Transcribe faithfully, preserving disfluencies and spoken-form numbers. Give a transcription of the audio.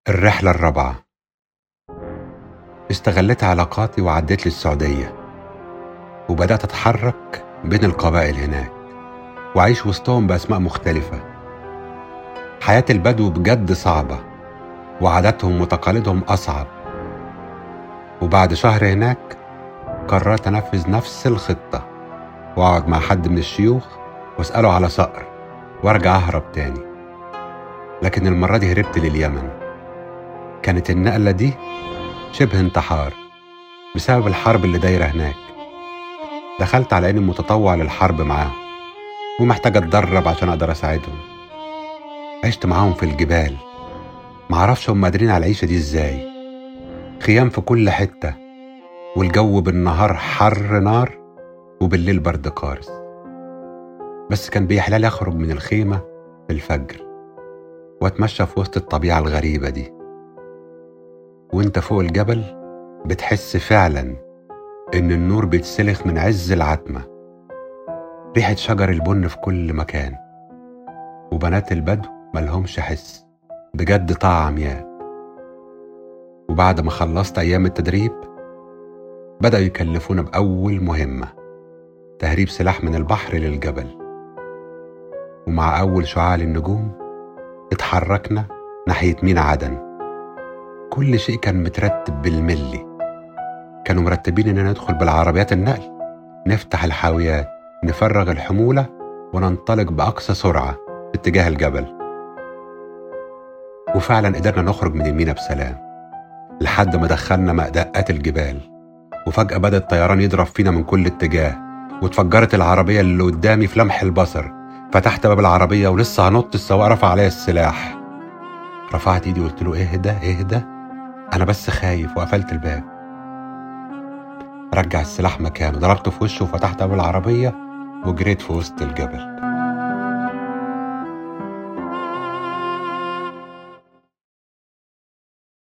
الرحلة الرابعة. استغلت علاقاتي وعديت للسعودية، وبدأت أتحرك بين القبائل هناك وأعيش وسطهم بأسماء مختلفة. حياة البدو بجد صعبة، وعاداتهم وتقاليدهم أصعب. وبعد شهر هناك قررت أنفذ نفس الخطة، وأقعد مع حد من الشيوخ وأسأله على صقر وأرجع أهرب تاني. لكن المرة دي هربت لليمن. كانت النقلة دي شبه انتحار بسبب الحرب اللي دايرة هناك. دخلت على إني متطوع للحرب معاهم ومحتاج أتدرب عشان أقدر أساعدهم. عشت معاهم في الجبال، معرفش هم قادرين على العيشة دي إزاي. خيام في كل حتة، والجو بالنهار حر نار وبالليل برد قارس. بس كان بيحلالي أخرج من الخيمة في الفجر وأتمشى في وسط الطبيعة الغريبة دي. وانت فوق الجبل بتحس فعلا إن النور بيتسلخ من عز العتمة. ريحة شجر البن في كل مكان، وبنات البدو ملهمش حس، بجد طاعة عمياء. وبعد ما خلصت أيام التدريب بدأوا يكلفونا بأول مهمة، تهريب سلاح من البحر للجبل. ومع أول شعاع للنجوم اتحركنا ناحية مينا عدن. كل شيء كان مترتب بالملي. كانوا مرتبين إننا ندخل بالعربيات النقل، نفتح الحاويات، نفرغ الحمولة وننطلق بأقصى سرعة في اتجاه الجبل. وفعلا قدرنا نخرج من المينا بسلام لحد ما دخلنا مأدقات الجبال. وفجأة بدأ الطيران يضرب فينا من كل اتجاه، واتفجرت العربية اللي قدامي في لمح البصر. فتحت باب العربية ولسه هنط، السواق رفع عليا السلاح. رفعت ايدي وقلت له اهدى اهدى، انا بس خايف، وقفلت الباب. رجع السلاح مكانه، ضربته في وشه وفتحت باب العربية وجريت في وسط الجبل.